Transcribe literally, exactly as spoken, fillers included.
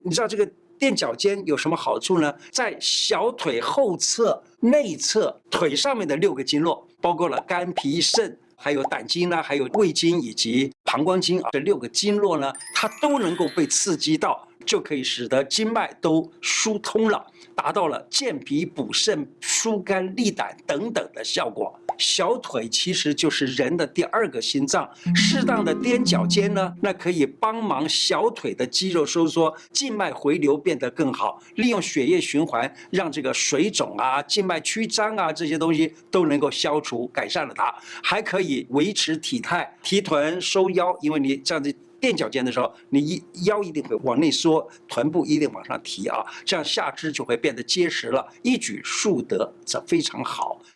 你知道这个垫脚尖有什么好处呢？在小腿后侧、内侧腿上面的六个经络，包括了肝、脾、肾，还有胆经呢，还有胃经以及膀胱经啊，这六个经络呢，它都能够被刺激到，就可以使得经脉都疏通了，达到了健脾补肾、疏肝利胆等等的效果。小腿其实就是人的第二个心脏，适当的踮脚尖呢，那可以帮忙小腿的肌肉收缩，静脉回流变得更好，利用血液循环，让这个水肿啊、静脉曲张啊这些东西都能够消除，改善了它，还可以维持体态，提臀收腰，因为你这样子。垫脚尖的时候，你一腰一定会往内缩，臀部一定往上提啊，这样下肢就会变得结实了，一举数得，这非常好。